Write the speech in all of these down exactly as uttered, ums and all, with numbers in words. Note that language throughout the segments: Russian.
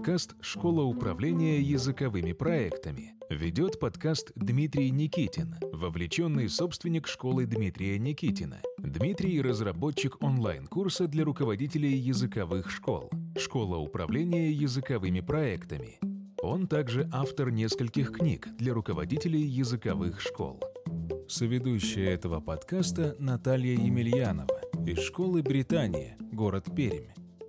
подкаст «Школа управления языковыми проектами». Ведет подкаст Дмитрий Никитин, вовлеченный собственник школы Дмитрия Никитина. Дмитрий – разработчик онлайн-курса для руководителей языковых школ «Школа управления языковыми проектами». Он также автор нескольких книг для руководителей языковых школ. Соведущая этого подкаста Наталья Емельянова из школы «Британия», город Пермь.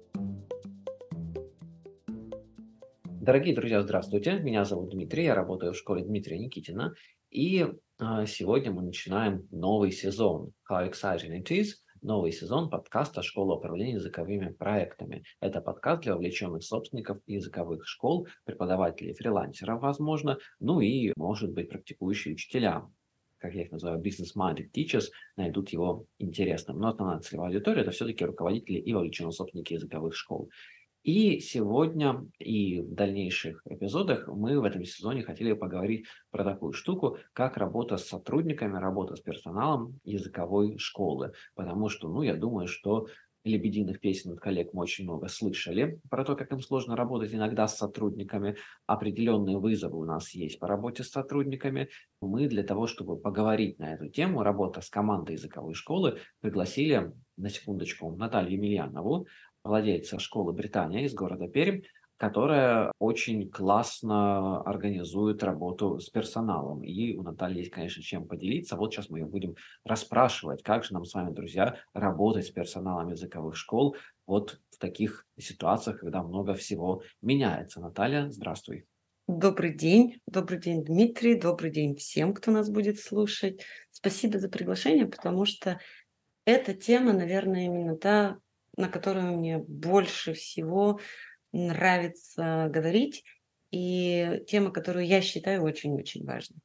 Дорогие друзья, здравствуйте. Меня зовут Дмитрий, я работаю в школе Дмитрия Никитина. И а, сегодня мы начинаем новый сезон How Exciting It Is, новый сезон подкаста «Школа управления языковыми проектами». Это подкаст для вовлеченных собственников языковых школ, преподавателей, фрилансеров, возможно, ну и, может быть, практикующие учителя, как я их называю, business-minded teachers, найдут его интересным. Но основная целевая аудитория – это все-таки руководители и вовлеченные собственники языковых школ. И сегодня и в дальнейших эпизодах мы в этом сезоне хотели поговорить про такую штуку, как работа с сотрудниками, работа с персоналом языковой школы. Потому что, ну, я думаю, что лебединых песен от коллег мы очень много слышали про то, как им сложно работать иногда с сотрудниками. Определенные вызовы у нас есть по работе с сотрудниками. Мы для того, чтобы поговорить на эту тему, работа с командой языковой школы, пригласили, на секундочку, Наталью Емельянову, владельца школы «Британия» из города Пермь, которая очень классно организует работу с персоналом. И у Натальи есть, конечно, чем поделиться. Вот сейчас мы ее будем расспрашивать, как же нам с вами, друзья, работать с персоналом языковых школ вот в таких ситуациях, когда много всего меняется. Наталья, здравствуй. Добрый день. Добрый день, Дмитрий. Добрый день всем, кто нас будет слушать. Спасибо за приглашение, потому что эта тема, наверное, именно та, на которую мне больше всего нравится говорить, и тема, которую я считаю очень-очень важной.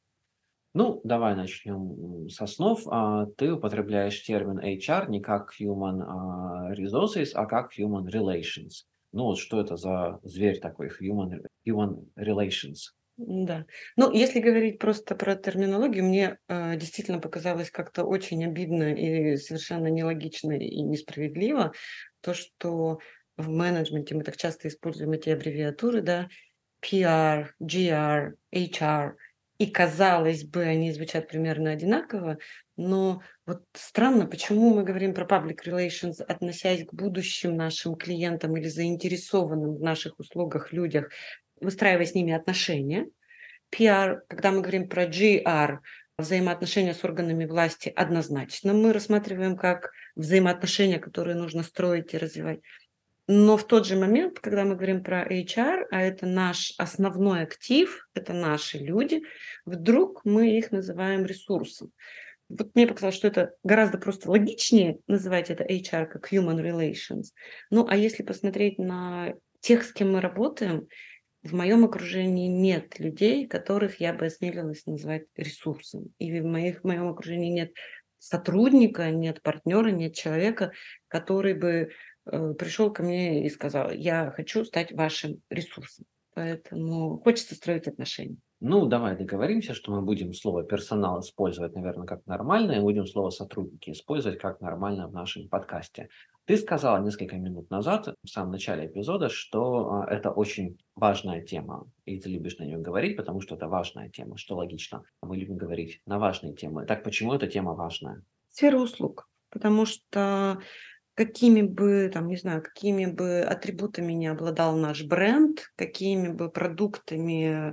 Ну, давай начнем с основ. А, Ты употребляешь термин эйч ар не как Human а, Resources, а как Human Relations. Ну вот что это за зверь такой, Human, human Relations? Да. Ну, если говорить просто про терминологию, мне э, действительно показалось как-то очень обидно и совершенно нелогично и несправедливо то, что в менеджменте мы так часто используем эти аббревиатуры, да, пи ар, джи ар, эйч ар, и казалось бы, они звучат примерно одинаково, но вот странно, почему мы говорим про public relations, относясь к будущим нашим клиентам или заинтересованным в наших услугах людях, выстраивая с ними отношения. пи ар, когда мы говорим про джи ар, взаимоотношения с органами власти, однозначно мы рассматриваем как взаимоотношения, которые нужно строить и развивать. Но в тот же момент, когда мы говорим про эйч ар, а это наш основной актив, это наши люди, вдруг мы их называем ресурсом. Вот мне показалось, что это гораздо просто логичнее называть это эйч ар как human relations. Ну, а если посмотреть на тех, с кем мы работаем, в моем окружении нет людей, которых я бы осмелилась назвать ресурсом. И в, моих, в моем окружении нет сотрудника, нет партнера, нет человека, который бы э, пришел ко мне и сказал: я хочу стать вашим ресурсом. Поэтому хочется строить отношения. Ну, давай договоримся, что мы будем слово «персонал» использовать, наверное, как нормальное, и будем слово «сотрудники» использовать как нормально в нашем подкасте. Ты сказала несколько минут назад, в самом начале эпизода, что а, это очень важная тема, и ты любишь на нее говорить, потому что это важная тема, что логично. Мы любим говорить на важные темы. Так почему эта тема важная? Сфера услуг. Потому что какими бы, там, не знаю, какими бы атрибутами не обладал наш бренд, какими бы продуктами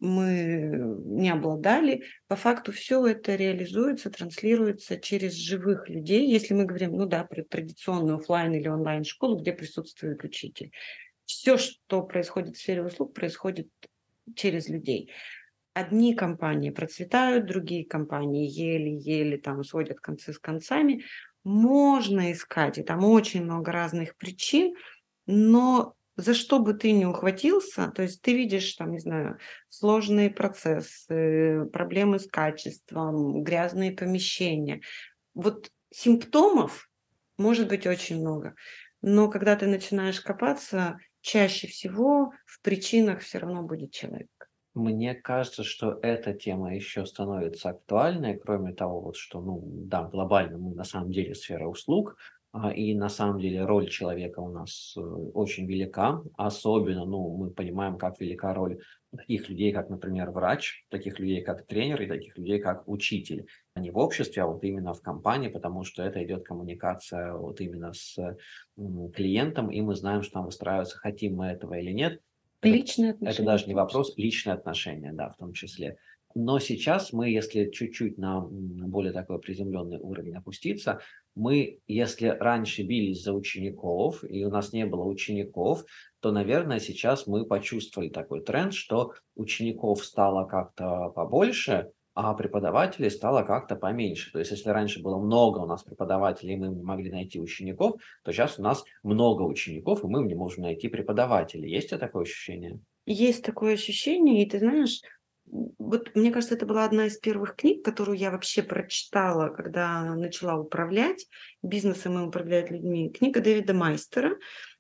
мы не обладали, по факту все это реализуется, транслируется через живых людей. Если мы говорим, ну да, про традиционную офлайн или онлайн школу, где присутствует учитель. Все, что происходит в сфере услуг, происходит через людей. Одни компании процветают, другие компании еле-еле там сводят концы с концами. Можно искать, и там очень много разных причин, но за что бы ты ни ухватился, то есть ты видишь там, не знаю, сложные процессы, проблемы с качеством, грязные помещения. Вот симптомов может быть очень много, но когда ты начинаешь копаться, чаще всего в причинах все равно будет человек. Мне кажется, что эта тема еще становится актуальной, кроме того, вот, что, ну, да, глобально мы на самом деле сфера услуг, а, и на самом деле роль человека у нас э, очень велика, особенно, ну, мы понимаем, как велика роль таких людей, как, например, врач, таких людей, как тренер и таких людей, как учитель. Не в обществе, а вот именно в компании, потому что это идет коммуникация вот именно с м, клиентом, и мы знаем, что там выстраивается, хотим мы этого или нет. Это, Личные это отношения даже в не том числе. вопрос, личные отношения, да, в том числе. Но сейчас мы, если чуть-чуть на м, более такой приземленный уровень опуститься, мы, если раньше бились за учеников, и у нас не было учеников, то, наверное, сейчас мы почувствовали такой тренд, что учеников стало как-то побольше, а преподавателей стало как-то поменьше. То есть, если раньше было много у нас преподавателей, и мы не могли найти учеников, то сейчас у нас много учеников, и мы не можем найти преподавателей. Есть у тебя такое ощущение? Есть такое ощущение, и ты знаешь, м, вот мне кажется, это была одна из первых книг, которую я вообще прочитала, когда начала управлять бизнесом и управлять людьми. Книга Дэвида Майстера.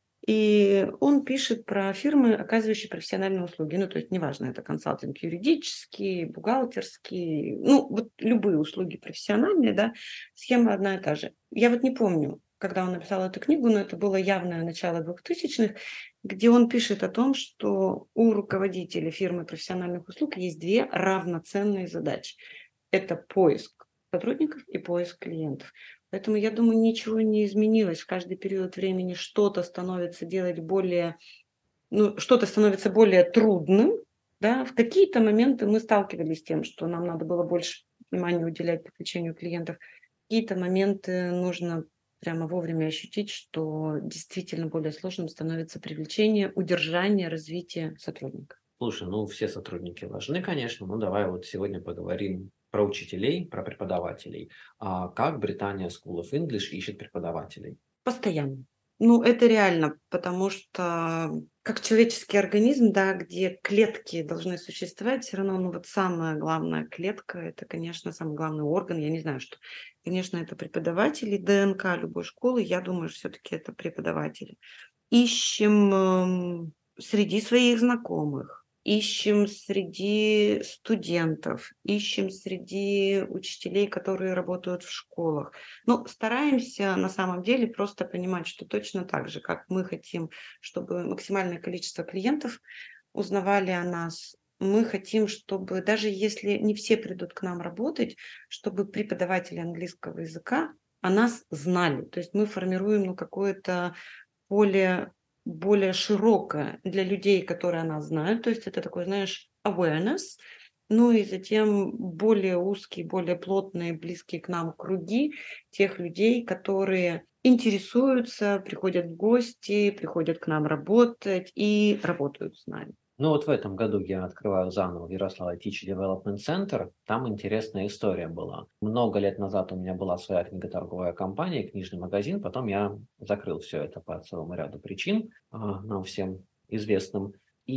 И он пишет про фирмы, оказывающие профессиональные услуги. Ну, то есть неважно, это консалтинг юридический, бухгалтерский, ну, вот любые услуги профессиональные, да, схема одна и та же. Я вот не помню, когда он написал эту книгу, но это было явное начало двухтысячных, где он пишет о том, что у руководителя фирмы профессиональных услуг есть две равноценные задачи. Это поиск сотрудников и поиск клиентов. Поэтому, я думаю, ничего не изменилось. В каждый период времени что-то становится делать более, ну, что-то становится более трудным, да. В какие-то моменты мы сталкивались с тем, что нам надо было больше внимания уделять привлечению клиентов. В какие-то моменты нужно прямо вовремя ощутить, что действительно более сложным становится привлечение, удержание, развитие сотрудников. Слушай, ну все сотрудники важны, конечно. Ну давай вот сегодня поговорим про учителей, про преподавателей. А как Британия School of English ищет преподавателей? Постоянно. Ну, это реально, потому что как человеческий организм, да, где клетки должны существовать, все равно, ну, вот самая главная клетка, это, конечно, самый главный орган, я не знаю, что, конечно, это преподаватели, ДНК любой школы, я думаю, все-таки это преподаватели. Ищем эм, среди своих знакомых, ищем среди студентов, ищем среди учителей, которые работают в школах. Ну, стараемся на самом деле просто понимать, что точно так же, как мы хотим, чтобы максимальное количество клиентов узнавали о нас, мы хотим, чтобы даже если не все придут к нам работать, чтобы преподаватели английского языка о нас знали. То есть мы формируем ну, какое-то более более широкое для людей, которые о нас знают. То есть это такой, знаешь, awareness. Ну и затем более узкие, более плотные, близкие к нам круги тех людей, которые интересуются, приходят в гости, приходят к нам работать и работают с нами. Ну вот в этом году я открываю заново в Ярославле Teach Development Center. Там интересная история была. Много лет назад у меня была своя книготорговая компания, книжный магазин. Потом я закрыл все это по целому ряду причин, а, нам всем известным.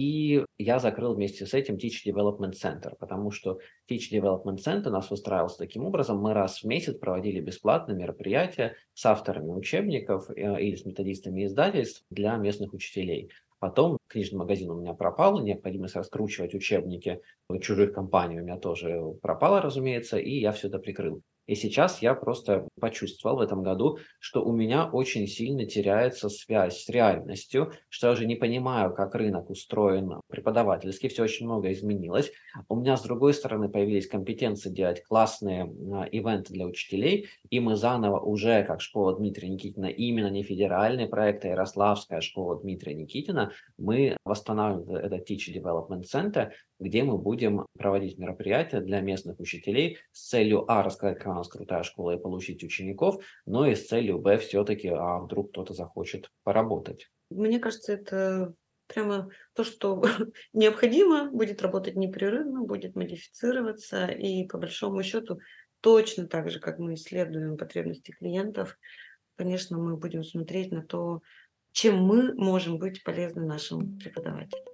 И я закрыл вместе с этим Teach Development Center, потому что Teach Development Center у нас устраивался таким образом. Мы раз в месяц проводили бесплатные мероприятия с авторами учебников э, или с методистами издательств для местных учителей. Потом книжный магазин у меня пропал, необходимость раскручивать учебники чужих компаний у меня тоже пропала, разумеется, и я все это прикрыл. И сейчас я просто почувствовал в этом году, что у меня очень сильно теряется связь с реальностью, что я уже не понимаю, как рынок устроен преподавательский, все очень много изменилось. У меня, с другой стороны, появились компетенции делать классные а, ивенты для учителей, и мы заново уже, как школа Дмитрия Никитина, именно не федеральный проект, а Ярославская школа Дмитрия Никитина, мы восстанавливаем этот Teach Development Center, где мы будем проводить мероприятия для местных учителей с целью, а, рассказать, какая у нас крутая школа и получить учеников, но и с целью, б, все-таки, а вдруг кто-то захочет поработать. Мне кажется, это прямо то, что необходимо, будет работать непрерывно, будет модифицироваться, и по большому счету точно так же, как мы исследуем потребности клиентов, конечно, мы будем смотреть на то, чем мы можем быть полезны нашим преподавателям.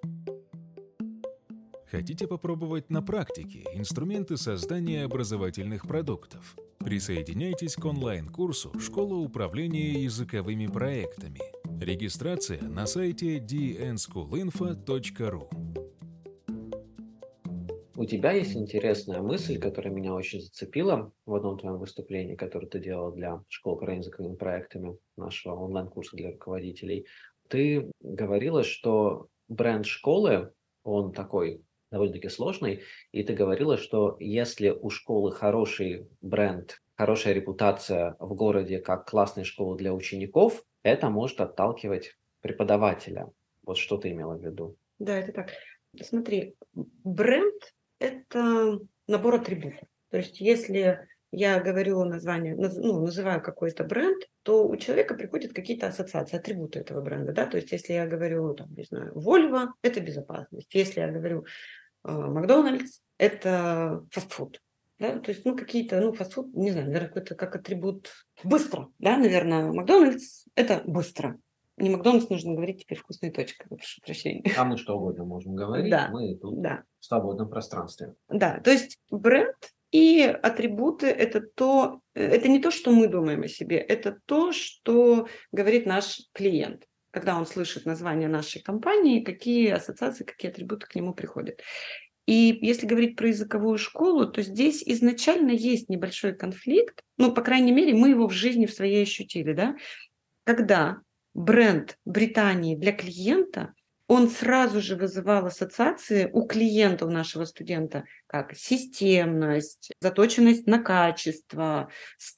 Хотите попробовать на практике инструменты создания образовательных продуктов? Присоединяйтесь к онлайн-курсу «Школа управления языковыми проектами». Регистрация на сайте ди эн скул инфо точка ру. У тебя есть интересная мысль, которая меня очень зацепила в одном твоем выступлении, которое ты делал для школы управления языковыми проектами нашего онлайн-курса для руководителей. Ты говорила, что бренд школы, он такой довольно-таки сложный, и ты говорила, что если у школы хороший бренд, хорошая репутация в городе как классная школа для учеников, это может отталкивать преподавателя. Вот что ты имела в виду? Да, это так. Смотри, бренд – это набор атрибутов. То есть если я говорю название, наз- ну, называю какой-то бренд, то у человека приходят какие-то ассоциации, атрибуты этого бренда. Да? То есть если я говорю, там, не знаю, Volvo – это безопасность. Если я говорю э, Макдональдс – это фастфуд. Да? То есть, ну, какие-то, ну, фастфуд, не знаю, наверное, какой-то как атрибут быстро. Да? Наверное, Макдональдс – это быстро. Не Макдональдс, нужно говорить теперь вкусная точка, прошу прощения. А мы что угодно можем говорить, Да, мы тут да. в свободном пространстве. Да, то есть бренд и атрибуты – это то, э, это не то, что мы думаем о себе, это то, что говорит наш клиент, когда он слышит название нашей компании, какие ассоциации, какие атрибуты к нему приходят. И если говорить про языковую школу, то здесь изначально есть небольшой конфликт, ну, по крайней мере, мы его в жизни в своей ощутили, да, когда бренд Британии для клиента, он сразу же вызывал ассоциации у клиента, у нашего студента, как системность, заточенность на качество,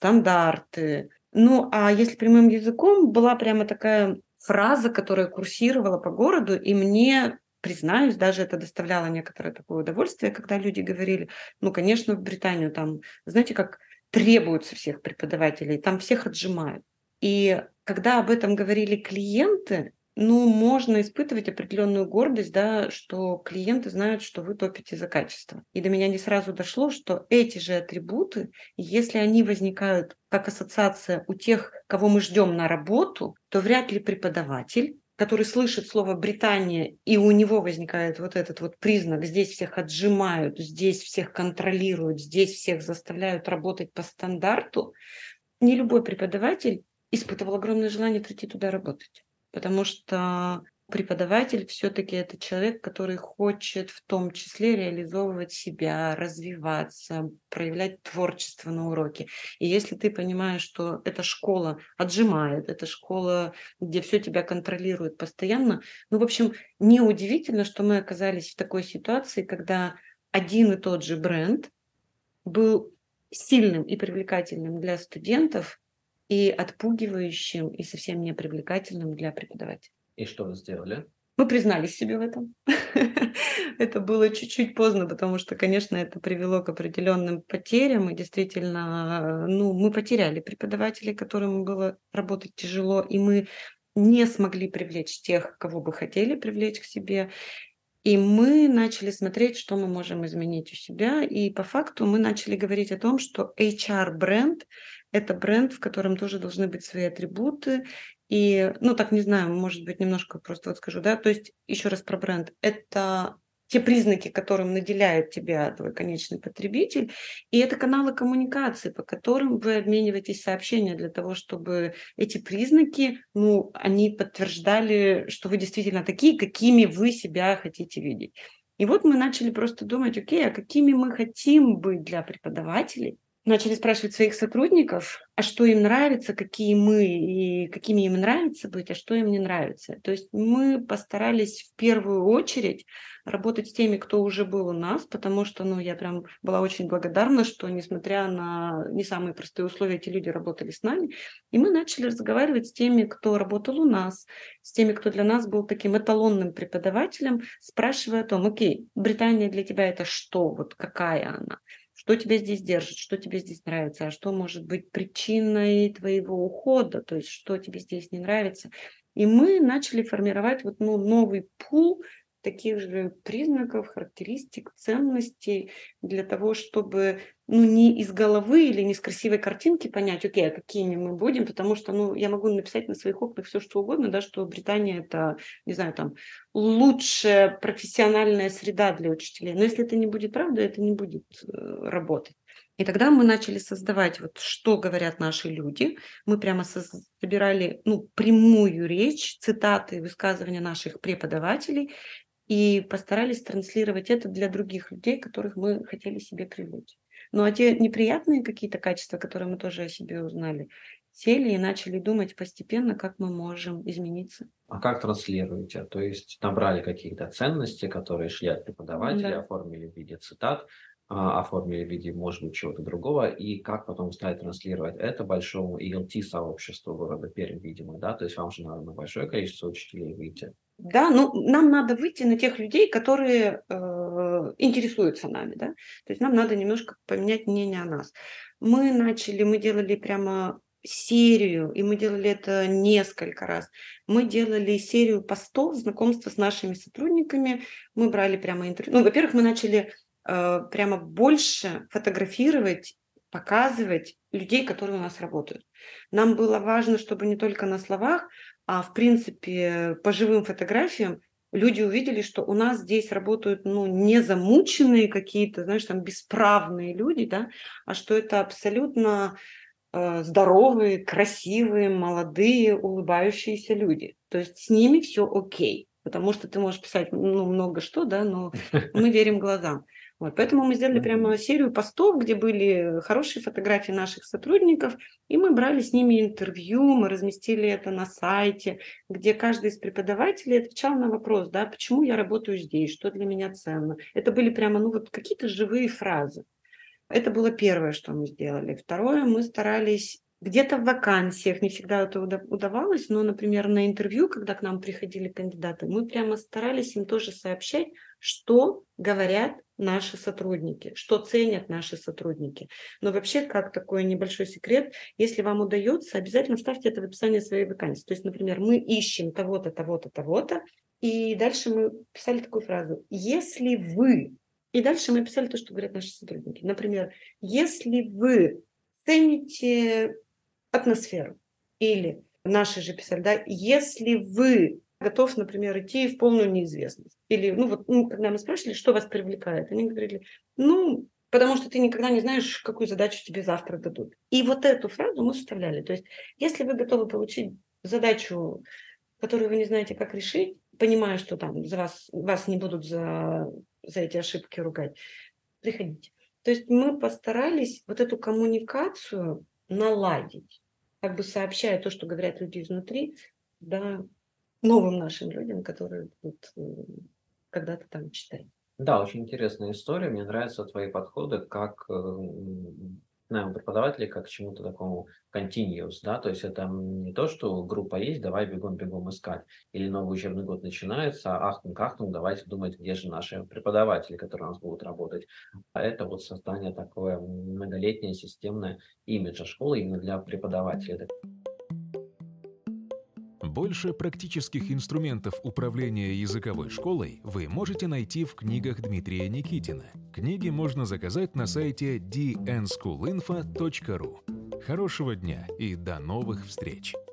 стандарты. Ну, а если прямым языком, была прямо такая фраза, которая курсировала по городу, и мне, признаюсь, даже это доставляло некоторое такое удовольствие, когда люди говорили, ну, конечно, в Британию там, знаете, как требуются всех преподавателей, там всех отжимают. И когда об этом говорили клиенты, ну, можно испытывать определенную гордость, да, что клиенты знают, что вы топите за качество. И до меня не сразу дошло, что эти же атрибуты, если они возникают как ассоциация у тех, кого мы ждем на работу, то вряд ли преподаватель, который слышит слово «Британия», и у него возникает вот этот вот признак, здесь всех отжимают, здесь всех контролируют, здесь всех заставляют работать по стандарту, не любой преподаватель испытывал огромное желание прийти туда работать, потому что преподаватель все-таки это человек, который хочет в том числе реализовывать себя, развиваться, проявлять творчество на уроке. И если ты понимаешь, что эта школа отжимает, эта школа, где все тебя контролирует постоянно, ну, в общем, неудивительно, что мы оказались в такой ситуации, когда один и тот же бренд был сильным и привлекательным для студентов и отпугивающим и совсем не привлекательным для преподавателя. И что вы сделали? Мы признались себе в этом. Это было чуть-чуть поздно, потому что, конечно, это привело к определенным потерям. И действительно, ну, мы потеряли преподавателей, которым было работать тяжело, и мы не смогли привлечь тех, кого бы хотели привлечь к себе. И мы начали смотреть, что мы можем изменить у себя. И по факту мы начали говорить о том, что эйч ар-бренд – это бренд, в котором тоже должны быть свои атрибуты. И, ну, так не знаю, может быть, немножко просто вот скажу, да, то есть еще раз про бренд. Это те признаки, которым наделяет тебя твой конечный потребитель, и это каналы коммуникации, по которым вы обмениваетесь сообщениями для того, чтобы эти признаки, ну, они подтверждали, что вы действительно такие, какими вы себя хотите видеть. И вот мы начали просто думать, окей, а какими мы хотим быть для преподавателей? Начали спрашивать своих сотрудников, а что им нравится, какие мы и какими им нравится быть, а что им не нравится. То есть мы постарались в первую очередь работать с теми, кто уже был у нас, потому что, ну, я прям была очень благодарна, что, несмотря на не самые простые условия, эти люди работали с нами. И мы начали разговаривать с теми, кто работал у нас, с теми, кто для нас был таким эталонным преподавателем, спрашивая о том, окей, Британия для тебя это что, вот какая она? Что тебя здесь держит, что тебе здесь нравится, а что может быть причиной твоего ухода, то есть что тебе здесь не нравится. И мы начали формировать вот, ну, новый пул таких же признаков, характеристик, ценностей для того, чтобы, ну, не из головы или не с красивой картинки понять, окей, а какими мы будем, потому что, ну, я могу написать на своих окнах все, что угодно, да, что Британия – это, не знаю, там, лучшая профессиональная среда для учителей, но если это не будет правда, это не будет э, работать. И тогда мы начали создавать, вот что говорят наши люди. Мы прямо со- собирали, ну, прямую речь, цитаты, высказывания наших преподавателей, и постарались транслировать это для других людей, которых мы хотели себе привлечь. Ну а те неприятные какие-то качества, которые мы тоже о себе узнали, сели и начали думать постепенно, как мы можем измениться. А как транслируете? То есть набрали какие-то ценности, которые шли от преподавателя, Да. оформили в виде цитат, а, оформили в виде, может быть, чего-то другого, и как потом стали транслировать это большому и эл ти-сообществу города Пермь, видимо, да? То есть вам же надо на большое количество учителей выйти. Да, ну нам надо выйти на тех людей, которые э, интересуются нами, да. То есть нам надо немножко поменять мнение о нас. Мы начали, мы делали прямо серию, и мы делали это несколько раз. Мы делали серию постов знакомства с нашими сотрудниками. Мы брали прямо интервью. Ну, во-первых, мы начали э, прямо больше фотографировать, показывать людей, которые у нас работают. Нам было важно, чтобы не только на словах, а в принципе по живым фотографиям люди увидели, что у нас здесь работают, ну, не замученные какие-то, знаешь, там бесправные люди, да, а что это абсолютно э, здоровые, красивые, молодые, улыбающиеся люди. То есть с ними все окей, потому что ты можешь писать, ну, много что, да, но мы верим глазам. Вот, поэтому мы сделали прямо серию постов, где были хорошие фотографии наших сотрудников, и мы брали с ними интервью, мы разместили это на сайте, где каждый из преподавателей отвечал на вопрос, да, почему я работаю здесь, что для меня ценно. Это были прямо, ну, вот какие-то живые фразы. Это было первое, что мы сделали. Второе, мы старались где-то в вакансиях, не всегда это уда- удавалось, но, например, на интервью, когда к нам приходили кандидаты, мы прямо старались им тоже сообщать, что говорят наши сотрудники, что ценят наши сотрудники. Но вообще, как такой небольшой секрет, если вам удается, обязательно вставьте это в описание своей вакансии. То есть, например, мы ищем того-то, того-то, того-то, и дальше мы писали такую фразу: если вы... И дальше мы писали то, что говорят наши сотрудники. Например, если вы цените атмосферу, или наши же писали, да, если вы готов, например, идти в полную неизвестность. Или, ну вот, ну, когда мы спрашивали, что вас привлекает, они говорили, ну, потому что ты никогда не знаешь, какую задачу тебе завтра дадут. И вот эту фразу мы вставляли. То есть, если вы готовы получить задачу, которую вы не знаете, как решить, понимая, что там за вас, вас не будут за, за эти ошибки ругать, приходите. То есть мы постарались вот эту коммуникацию наладить, как бы сообщая то, что говорят люди изнутри, да, новым нашим людям, которые будут э, когда-то там читать. Да, очень интересная история. Мне нравятся твои подходы как э, м, наверное, преподавателей, как к чему-то такому continuous, да, то есть это не то, что группа есть, давай бегом-бегом искать, или новый учебный год начинается, ахтунг-ахтунг, давайте думать, где же наши преподаватели, которые у нас будут работать. А это вот создание такое многолетнее системное имиджа школы именно для преподавателей. Больше практических инструментов управления языковой школой вы можете найти в книгах Дмитрия Никитина. Книги можно заказать на сайте ди эн скул инфо точка ру. Хорошего дня и до новых встреч!